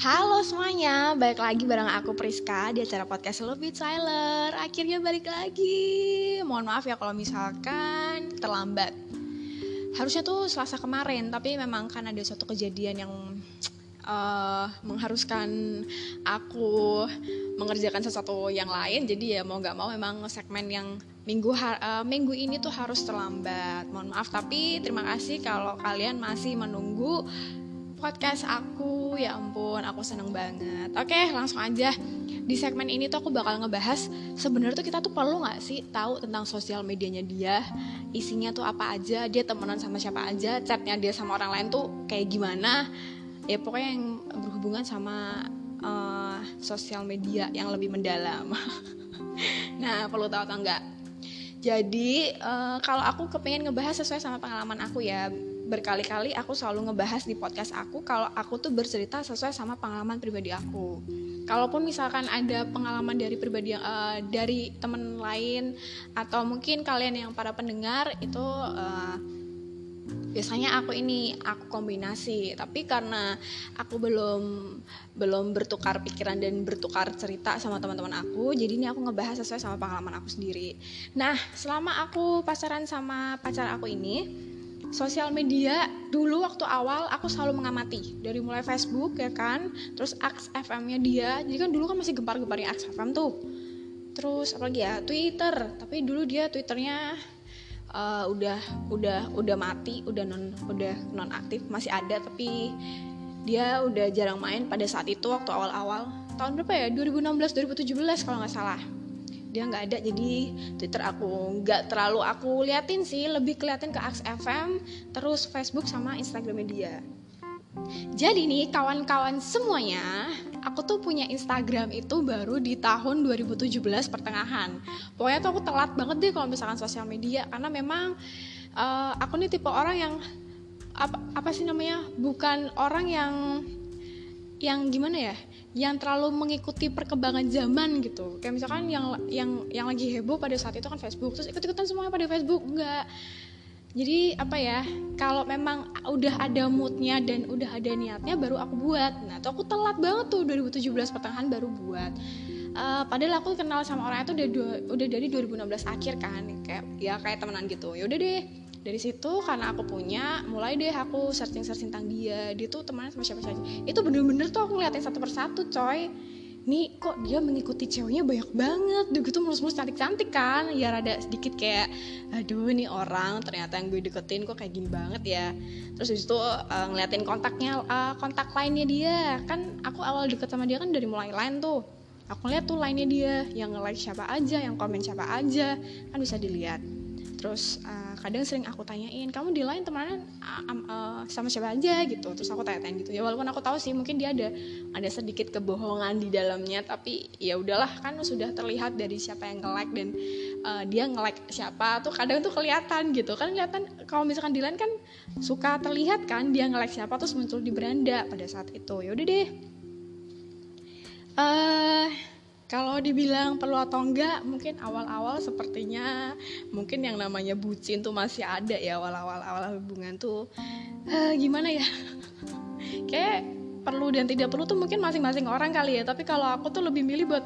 Halo semuanya, balik lagi bareng aku Priska di acara podcast Love with Tyler. Akhirnya balik lagi. Mohon maaf ya kalau misalkan terlambat. Harusnya tuh Selasa kemarin, tapi memang kan ada suatu kejadian yang mengharuskan aku mengerjakan sesuatu yang lain. Jadi ya mau gak mau memang segmen yang minggu ini tuh harus terlambat. Mohon maaf, tapi terima kasih kalau kalian masih menunggu podcast aku. Ya ampun, aku seneng banget. Oke, langsung aja. Di segmen ini tuh aku bakal ngebahas sebenarnya tuh kita tuh perlu nggak sih tahu tentang sosial medianya dia, isinya tuh apa aja, dia temenan sama siapa aja, chatnya dia sama orang lain tuh kayak gimana. Ya pokoknya yang berhubungan sama sosial media yang lebih mendalam. Nah, perlu tahu atau enggak? Jadi kalau aku kepengen ngebahas sesuai sama pengalaman aku ya, berkali-kali aku selalu ngebahas di podcast aku kalau aku tuh bercerita sesuai sama pengalaman pribadi aku. Kalaupun misalkan ada pengalaman dari pribadi dari teman lain atau mungkin kalian yang para pendengar itu biasanya aku kombinasi, tapi karena aku belum bertukar pikiran dan bertukar cerita sama teman-teman aku, jadi ini aku ngebahas sesuai sama pengalaman aku sendiri. Nah, selama aku pacaran sama pacar aku ini, sosial media dulu waktu awal aku selalu mengamati dari mulai Facebook ya kan, terus Aks FM-nya dia, jadi kan dulu kan masih gempar-gemparnya Aks FM tuh. Terus apalagi ya, Twitter, tapi dulu dia Twitternya udah mati, udah non aktif, masih ada tapi dia udah jarang main pada saat itu waktu awal-awal tahun berapa ya, 2016 2017 kalau nggak salah. Dia nggak ada, jadi Twitter aku nggak terlalu aku liatin sih, lebih kelihatan ke Aks FM, terus Facebook sama Instagram dia. Jadi nih kawan-kawan semuanya, aku tuh punya Instagram itu baru di tahun 2017 pertengahan. Pokoknya tuh aku telat banget deh kalau misalkan sosial media, karena memang aku nih tipe orang yang bukan orang yang gimana ya, yang terlalu mengikuti perkembangan zaman gitu. Kayak misalkan yang lagi heboh pada saat itu kan Facebook, terus ikut-ikutan semuanya pada Facebook, enggak. Jadi kalau memang udah ada moodnya dan udah ada niatnya baru aku buat. Nah tuh aku telat banget tuh 2017 pertengahan baru buat. Padahal aku kenal sama orang itu udah dari 2016 akhir kan, kayak temenan gitu. Ya udah deh, dari situ karena aku punya, mulai deh aku searching tentang dia tuh temenan sama siapa saja. Itu bener-bener tuh aku ngeliatin satu persatu coy. Nih kok dia mengikuti ceweknya banyak banget, udah gitu mulus-mulus cantik-cantik kan. Ya rada sedikit kayak, aduh ini orang ternyata yang gue deketin kok kayak gini banget ya. Terus habis itu ngeliatin kontak lainnya dia. Kan aku awal deket sama dia kan dari mulai line tuh. Aku lihat tuh line-nya dia, yang nge-like siapa aja, yang komen siapa aja, kan bisa dilihat. Terus kadang sering aku tanyain, kamu di line temenan sama siapa aja gitu. Terus aku tanya-tanya gitu ya, walaupun aku tahu sih mungkin dia ada sedikit kebohongan di dalamnya, tapi ya udahlah, kan sudah terlihat dari siapa yang nge-like dan dia nge-like siapa tuh kadang tuh kelihatan gitu kan. Kelihatan kalau misalkan di line kan suka terlihat kan dia nge-like siapa terus muncul di beranda pada saat itu. Ya udah deh, kalau dibilang perlu atau enggak, mungkin awal-awal sepertinya mungkin yang namanya bucin tuh masih ada ya, awal hubungan tuh gimana ya, kayak perlu dan tidak perlu tuh mungkin masing-masing orang kali ya. Tapi kalau aku tuh lebih milih buat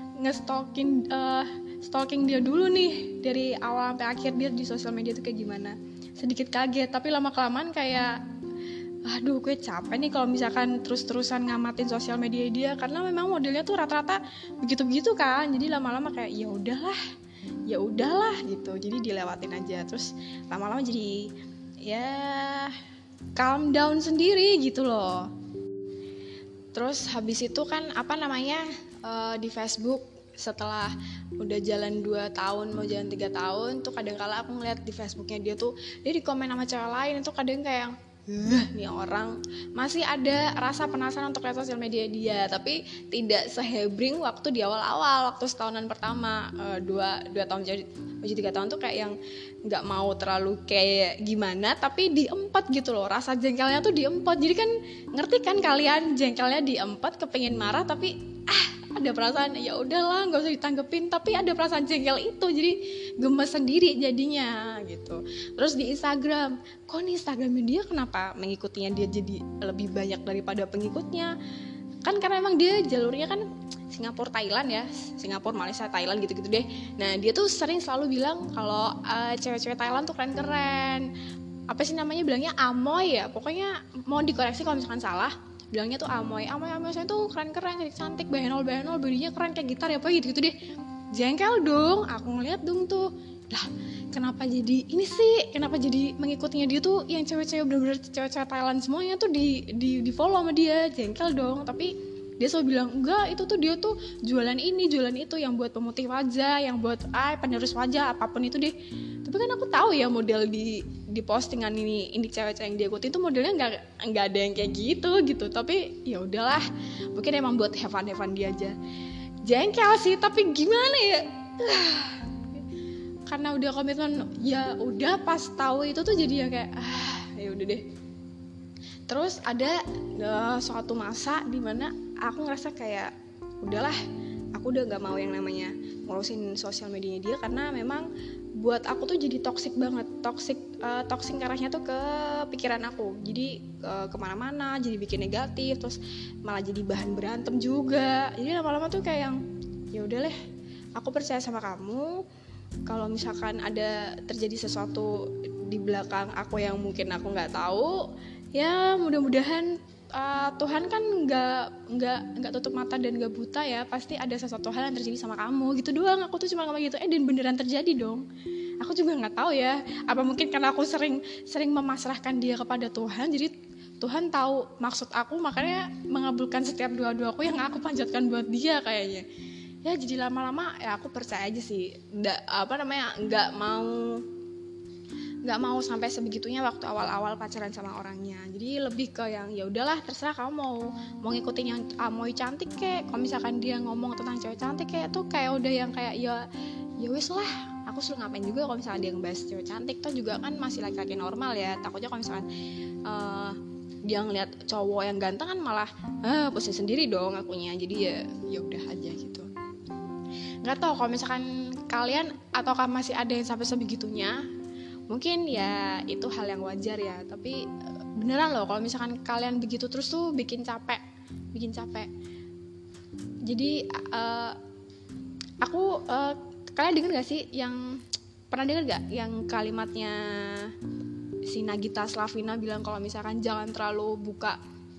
stalking dia dulu nih, dari awal sampai akhir dia di sosial media tuh kayak gimana. Sedikit kaget, tapi lama-kelamaan kayak aduh gue capek nih kalau misalkan terus-terusan ngamatin sosial media dia, karena memang modelnya tuh rata-rata begitu-begitu kan. Jadi lama-lama kayak ya udahlah gitu, jadi dilewatin aja. Terus lama-lama jadi ya calm down sendiri gitu loh. Terus habis itu kan di Facebook setelah udah jalan 2 tahun mau jalan 3 tahun tuh, kadang kala aku ngeliat di Facebooknya dia tuh dia di komen sama cewek lain. Itu kadang kayak nih orang masih ada rasa penasaran untuk lihat sosial media dia, tapi tidak sehebring waktu di awal-awal, waktu setahunan pertama, 2 tahun jadi 3 tahun tuh kayak yang nggak mau terlalu kayak gimana, tapi diempat gitu loh, rasa jengkelnya tuh diempat. Jadi kan ngerti kan kalian, jengkelnya diempat, kepengin marah tapi ada perasaan ya udahlah nggak usah ditanggepin, tapi ada perasaan jengkel itu, jadi gemes sendiri jadinya gitu. Terus di Instagram, kok nih Instagramnya dia kenapa mengikutinya dia jadi lebih banyak daripada pengikutnya? kan karena emang dia jalurnya kan Singapura Thailand ya, Singapura Malaysia Thailand gitu-gitu deh. Nah dia tuh sering selalu bilang kalau cewek-cewek Thailand tuh keren-keren, apa sih namanya, bilangnya amoy ya, pokoknya mau dikoreksi kalau misalkan salah, bilangnya tuh amoy saya tuh keren-keren, cantik, benol bodinya keren kayak gitar ya, apa gitu deh. Jengkel dong, aku ngeliat dong tuh, lah kenapa jadi ini sih, kenapa jadi mengikutinya dia tuh yang cewek-cewek bener-bener cewek-cewek Thailand semuanya tuh di follow sama dia. Jengkel dong. Tapi dia selalu bilang enggak, itu tuh dia tuh jualan ini jualan itu, yang buat pemutih wajah, yang buat penerus wajah, apapun itu deh. Tapi kan aku tahu ya model di postingan ini cewek-cewek yang dia ikutin tuh modelnya nggak ada yang kayak gitu. Tapi ya udahlah, mungkin emang buat have fun dia aja. Jengkel sih, tapi gimana ya, karena udah komitmen ya udah, pas tahu itu tuh jadi ya kayak ya udah deh. Terus ada suatu masa dimana aku ngerasa kayak udahlah, aku udah nggak mau yang namanya ngurusin sosial medianya dia, karena memang buat aku tuh jadi toksik banget, toksik arahnya tuh ke pikiran aku, jadi kemana-mana, jadi bikin negatif, terus malah jadi bahan berantem juga. Jadi lama-lama tuh kayak yang ya udah deh, aku percaya sama kamu, kalau misalkan ada terjadi sesuatu di belakang aku yang mungkin aku nggak tahu, ya mudah-mudahan Tuhan kan nggak tutup mata dan nggak buta ya, pasti ada sesuatu hal yang terjadi sama kamu gitu doang. Aku tuh cuma ngomong gitu, dan beneran terjadi dong. Aku juga nggak tahu ya, apa mungkin karena aku sering memasrahkan dia kepada Tuhan, jadi Tuhan tahu maksud aku, makanya mengabulkan setiap doa-doaku yang aku panjatkan buat dia kayaknya. Ya jadi lama-lama ya aku percaya aja sih, nggak mau sampai sebegitunya waktu awal-awal pacaran sama orangnya. Jadi lebih ke yang ya udahlah, terserah kamu mau ngikutin yang amoy cantik kayak, kalau misalkan dia ngomong tentang cewek cantik kayak tuh kayak udah yang kayak ya wis lah, aku suruh ngapain juga kalau misalkan dia ngebahas cewek cantik. Tuh juga kan masih laki-laki normal ya, takutnya kalau misalkan dia ngeliat cowok yang ganteng kan malah pusing sendiri dong akunya. Jadi ya udah aja gitu. Nggak tahu kalau misalkan kalian ataukah masih ada yang sampai sebegitunya. Mungkin ya itu hal yang wajar ya, tapi beneran loh kalau misalkan kalian begitu terus tuh bikin capek. Jadi kalian denger gak sih, pernah denger gak yang kalimatnya si Nagita Slavina bilang kalau misalkan jangan terlalu buka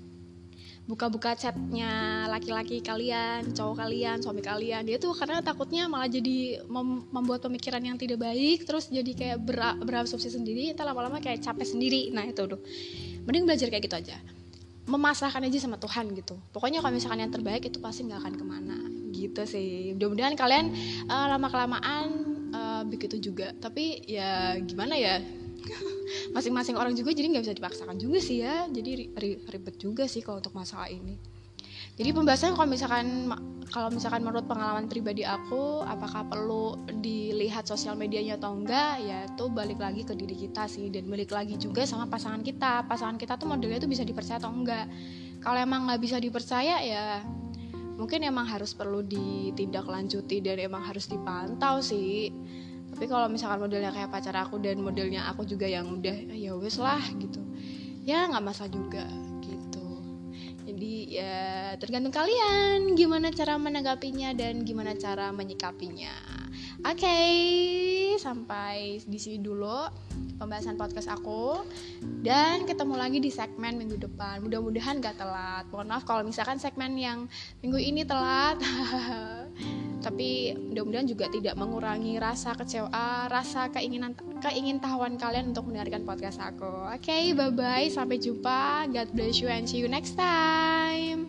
chatnya laki-laki kalian, cowok kalian, suami kalian. Dia tuh karena takutnya malah jadi membuat pemikiran yang tidak baik, terus jadi kayak berasumsi sendiri, entar lama-lama kayak capek sendiri. Nah itu tuh, mending belajar kayak gitu aja, memasrahkan aja sama Tuhan gitu. Pokoknya kalau misalkan yang terbaik itu pasti nggak akan kemana gitu sih. Mudah-mudahan kalian lama-kelamaan begitu juga. Tapi ya gimana ya, masing-masing orang juga, jadi nggak bisa dipaksakan juga sih ya. Jadi ribet juga sih kalau untuk masalah ini. Jadi pembahasan kalau misalkan menurut pengalaman pribadi aku, apakah perlu dilihat sosial medianya atau enggak, ya itu balik lagi ke diri kita sih, dan balik lagi juga sama pasangan kita tuh modelnya tuh bisa dipercaya atau enggak. Kalau emang nggak bisa dipercaya ya mungkin emang harus perlu ditindaklanjuti dan emang harus dipantau sih. Tapi kalau misalkan modelnya kayak pacar aku dan modelnya aku juga yang udah ya wes lah gitu, ya nggak masalah juga gitu. Jadi ya tergantung kalian gimana cara menanggapinya dan gimana cara menyikapinya. Oke, sampai di sini dulu pembahasan podcast aku, dan ketemu lagi di segmen minggu depan. Mudah-mudahan gak telat. Mohon maaf kalau misalkan segmen yang minggu ini telat. Tapi mudah-mudahan juga tidak mengurangi rasa kecewa, rasa keingintahuan kalian untuk mendengarkan podcast aku. Oke, bye-bye, sampai jumpa. God bless you and see you next time.